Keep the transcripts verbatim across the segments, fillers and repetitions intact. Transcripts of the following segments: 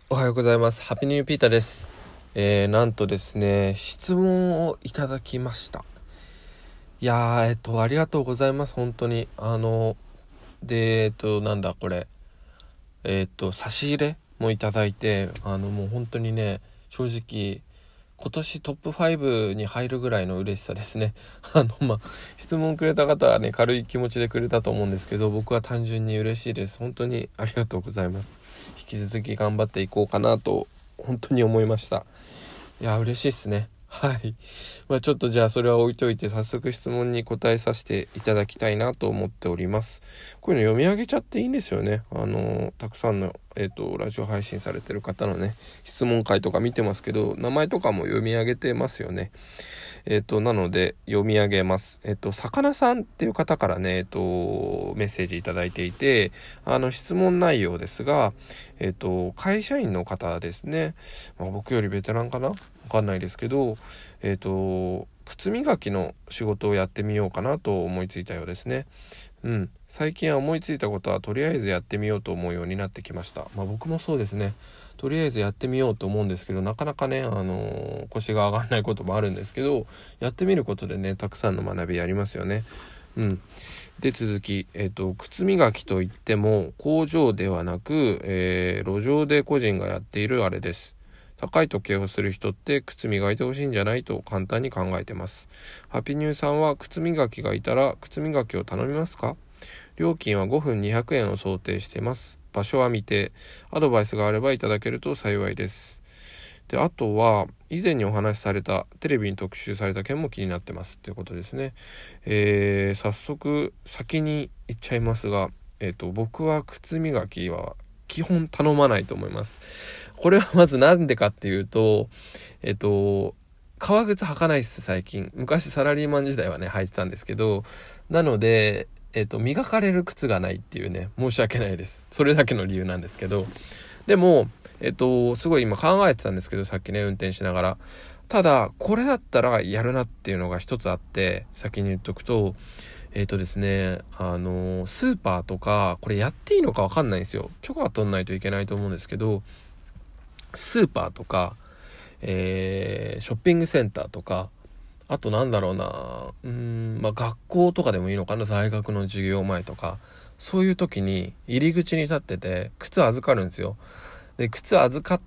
おはようございます。ハッピーニューピーターです。えー、なんとですね、質問をいただきました。いやー、えっと、ありがとうございます。本当に。あの、で、えっと、なんだこれ。えっと、差し入れもいただいて、あの、もう本当にね、正直、今年トップファイブに入るぐらいの嬉しさですね。あの、まあ、質問くれた方はね、軽い気持ちでくれたと思うんですけど、僕は単純に嬉しいです。本当にありがとうございます。引き続き頑張っていこうかなと、本当に思いました。いや、嬉しいっすね。はい。まあちょっとじゃあそれは置いといて、早速質問に答えさせていただきたいなと思っております。こういうの読み上げちゃっていいんですよね。あの、たくさんの、えっと、ラジオ配信されてる方のね、質問会とか見てますけど、名前とかも読み上げてますよね。えっと、なので読み上げます。えっと、さかなさんっていう方からね、えっと、メッセージいただいていて、あの、質問内容ですが、えっと、会社員の方ですね。まあ、僕よりベテランかなわかんないですけど、えっと、靴磨きの仕事をやってみようかなと思いついたようですね。うん。最近は思いついたことはとりあえずやってみようと思うようになってきました。まあ僕もそうですね。とりあえずやってみようと思うんですけど、なかなかね、あのー腰が上がらないこともあるんですけど、やってみることでね、たくさんの学びありますよね。うん。で、続き、えっと、靴磨きといっても、工場ではなく、えー路上で個人がやっているあれです。高い時計をする人って靴磨いてほしいんじゃないと簡単に考えてます。ハピニューさんは靴磨きがいたら靴磨きを頼みますか？料金はごふんにひゃくえんを想定しています。場所は未定。アドバイスがあればいただけると幸いです。で、あとは、以前にお話しされた、テレビに特集された件も気になってますということですね。えー、早速、先に言っちゃいますが、えっと、僕は靴磨きは基本頼まないと思います。これはまずなんでかっていうと、えっと、革靴履かないっす、最近。昔サラリーマン時代はね、履いてたんですけど、なので、えっと、磨かれる靴がないっていうね、申し訳ないです。それだけの理由なんですけど。でも、えっと、すごい今考えてたんですけど、さっきね、運転しながら。ただ、これだったらやるなっていうのが一つあって、先に言っとくと、えっとですね、あの、スーパーとか、これやっていいのかわかんないんですよ。許可は取んないといけないと思うんですけど、スーパーとか、えー、ショッピングセンターとか、あとなんだろうな、うーん、まあ学校とかでもいいのかな、大学の授業前とか、そういう時に入り口に立ってて、靴預かるんですよ。で、靴預かって、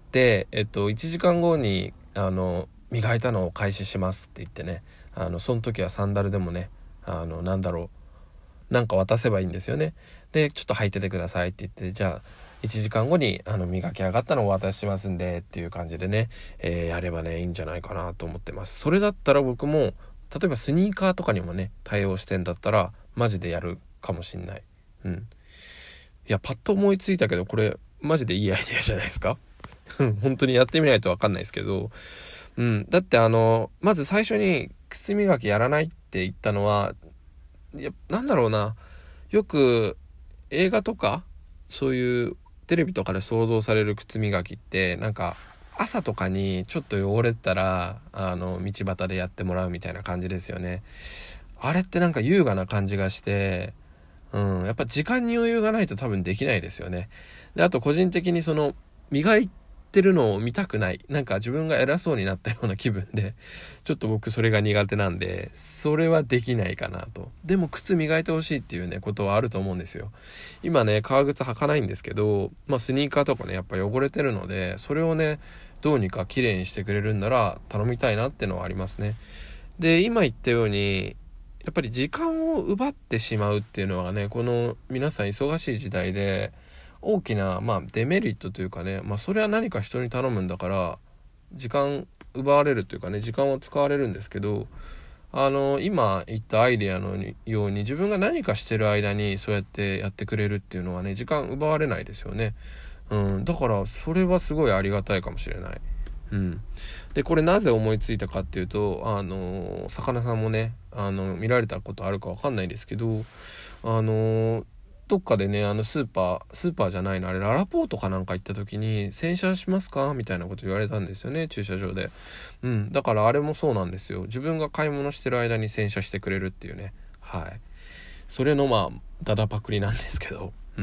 えっと、いちじかんごに、あの、磨いたのを開始しますって言ってね、あの、その時はサンダルでもね、あの、なんだろう、なんか渡せばいいんですよね。で、ちょっと履いててくださいって言って、じゃあ、いちじかんごに、あの、磨き上がったのをお渡ししますんで、っていう感じでね、えーやればね、いいんじゃないかなと思ってます。それだったら僕も、例えばスニーカーとかにもね、対応してんだったら、マジでやるかもしんない。うん。いや、パッと思いついたけど、これ、マジでいいアイデアじゃないですか？本当にやってみないとわかんないですけど、うん。だってあの、まず最初に靴磨きやらないって言ったのは、いや、なんだろうな。よく映画とか、そういうテレビとかで想像される靴磨きって、なんか、朝とかにちょっと汚れてたら、あの、道端でやってもらうみたいな感じですよね。あれってなんか優雅な感じがして、うん、やっぱ時間に余裕がないと多分できないですよね。で、あと個人的にその、磨いてるのを見たくない。なんか自分が偉そうになったような気分で、ちょっと僕それが苦手なんで、それはできないかなと。でも靴磨いてほしいっていうね、ことはあると思うんですよ。今ね、革靴履かないんですけど、まあスニーカーとかね、やっぱ汚れてるので、それをね、どうにか綺麗にしてくれるんなら頼みたいなってのはありますね。で、今言ったように、やっぱり時間を奪ってしまうっていうのはね、この皆さん忙しい時代で大きな、まあ、デメリットというかね、まあそれは何か人に頼むんだから時間奪われるというかね、時間を使われるんですけど、あの今言ったアイデアのように自分が何かしてる間にそうやってやってくれるっていうのはね、時間奪われないですよね。うん、だからそれはすごいありがたいかもしれない。うん。で、これなぜ思いついたかっていうと、あの、魚さんもね、あの、見られたことあるかわかんないですけど、あの、どっかでね、あの、スーパー、スーパーじゃないの、あれ、ララポートかなんか行った時に、洗車しますかみたいなこと言われたんですよね、駐車場で。うん。だからあれもそうなんですよ。自分が買い物してる間に洗車してくれるっていうね。はい。それの、まあ、ダダパクリなんですけど。うん。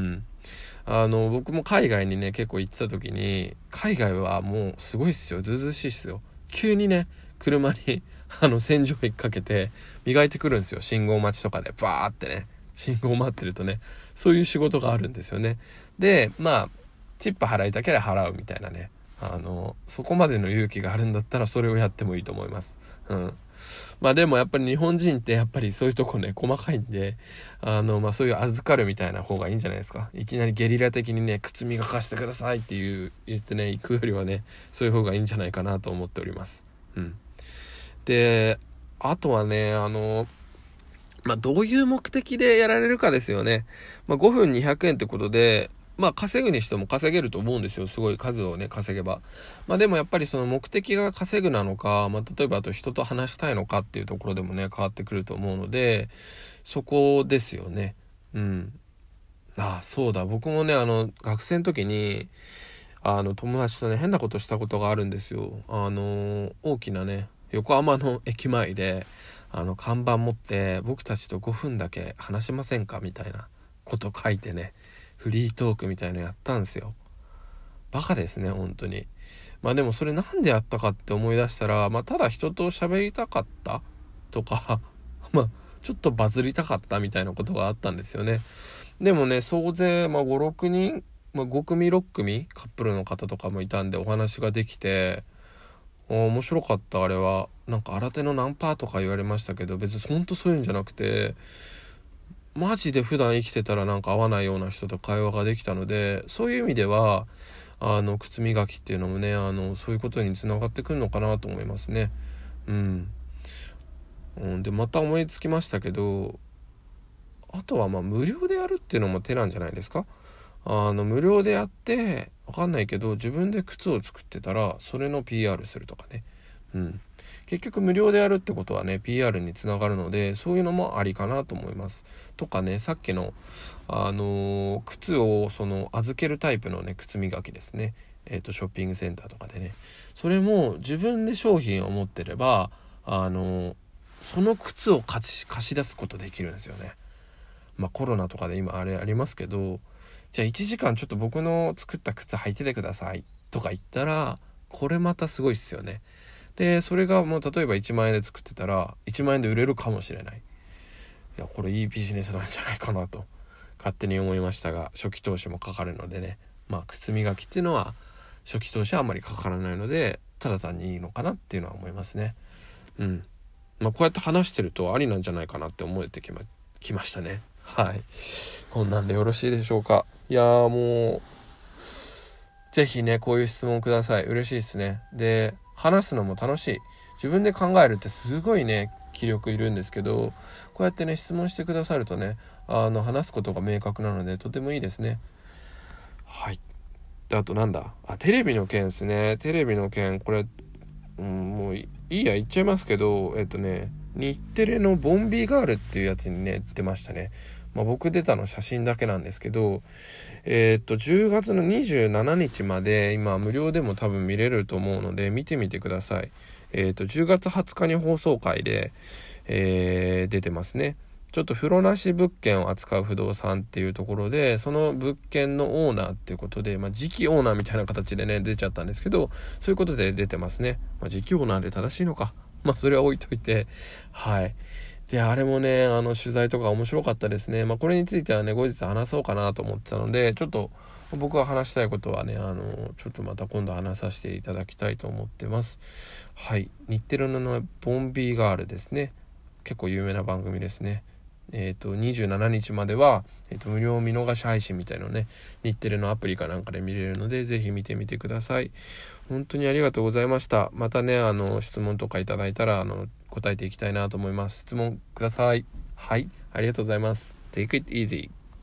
あの僕も海外にね結構行ってた時に、海外はもうすごいっすよ、ずうずうしいっすよ。急にね車にあの洗浄液かけて磨いてくるんですよ。信号待ちとかでバーってね、信号待ってるとね、そういう仕事があるんですよね。でまあチップ払いたければ払うみたいなね、あのそこまでの勇気があるんだったらそれをやってもいいと思います。うんまあでもやっぱり日本人ってやっぱりそういうとこね細かいんで、あのまあそういう預かるみたいな方がいいんじゃないですか。いきなりゲリラ的にね靴磨かしてくださいっていう言ってね行くよりはね、そういう方がいいんじゃないかなと思っております。うんであとはね、あのまあどういう目的でやられるかですよね。まあごふんにひゃくえんってことで、まあ稼ぐにしても稼げると思うんですよ。すごい数をね稼げば。まあでもやっぱりその目的が稼ぐなのか、まあ例えばあと人と話したいのかっていうところでもね変わってくると思うので、そこですよね。うんああそうだ、僕もねあの学生の時にあの友達とね変なことしたことがあるんですよ。あの大きなね横浜の駅前であの看板持って、僕たちとごふんだけ話しませんかみたいなこと書いてね、フリートークみたいなのやったんですよ。バカですね本当に。まあでもそれなんでやったかって思い出したら、まあただ人と喋りたかったとかまあちょっとバズりたかったみたいなことがあったんですよね。でもね総勢、まあ、ごろくにん、まあ、ごくみろっくみカップルの方とかもいたんでお話ができて、面白かった。あれはなんか新手のナンパとか言われましたけど、別にほんとそういうんじゃなくて、マジで普段生きてたらなんか合わないような人と会話ができたので、そういう意味ではあの靴磨きっていうのもね、あのそういうことにつながってくるのかなと思いますね。うん、うん、でまた思いつきましたけど、あとはまあ無料でやるっていうのも手なんじゃないですか。あの無料でやってわかんないけど自分で靴を作ってたらそれの ピーアール するとかね。うん、結局無料でやるってことはね ピーアール につながるので、そういうのもありかなと思います。とかね、さっきのあのー、靴をその預けるタイプのね靴磨きですね。えっとショッピングセンターとかでね、それも自分で商品を持ってればあのー、その靴を貸し、貸し出すことできるんですよね。まあコロナとかで今あれありますけど、じゃあいちじかんちょっと僕の作った靴履いててくださいとか言ったら、これまたすごいっすよね。でそれがもう例えばいちまんえんで作ってたらいちまんえんで売れるかもしれない。いやこれいいビジネスなんじゃないかなと勝手に思いましたが、初期投資もかかるのでね、まあ靴磨きっていうのは初期投資はあんまりかからないので、ただ単にいいのかなっていうのは思いますね。うんまあこうやって話してるとありなんじゃないかなって思えてきま、きましたね。はい、こんなんでよろしいでしょうか。いやーもうぜひねこういう質問ください。嬉しいですね。で話すのも楽しい。自分で考えるってすごいね気力いるんですけど、こうやってね質問してくださるとね、あの話すことが明確なのでとてもいいですね。はい。であとなんだ、あテレビの件ですね。テレビの件これ、うん、もういいや言っちゃいますけど、えっとね日テレのボンビーガールっていうやつにね出ましたね。まあ、僕出たの写真だけなんですけど、えー、っとじゅうがつのにじゅうしちにちまで今無料でも多分見れると思うので見てみてください。えー、っとじゅうがつはつかに放送回で、えー、出てますね。ちょっと風呂なし物件を扱う不動産っていうところで、その物件のオーナーっていうことで、まあ、次期オーナーみたいな形でね出ちゃったんですけど、そういうことで出てますね。まあ、次期オーナーで正しいのか、まあそれは置いといて、はい。であれもねあの取材とか面白かったですね。まあこれについてはね後日話そうかなと思ってたので、ちょっと僕が話したいことはねあのちょっとまた今度話させていただきたいと思ってます。はい、日テレのボンビーガールですね。結構有名な番組ですね。えっとにじゅうしちにちまでは、えー、と無料見逃し配信みたいなのね日テレのアプリかなんかで見れるのでぜひ見てみてください。本当にありがとうございました。またねあの質問とかいただいたらあの答えていきたいなと思います。質問ください。はい、ありがとうございます。Take it easy.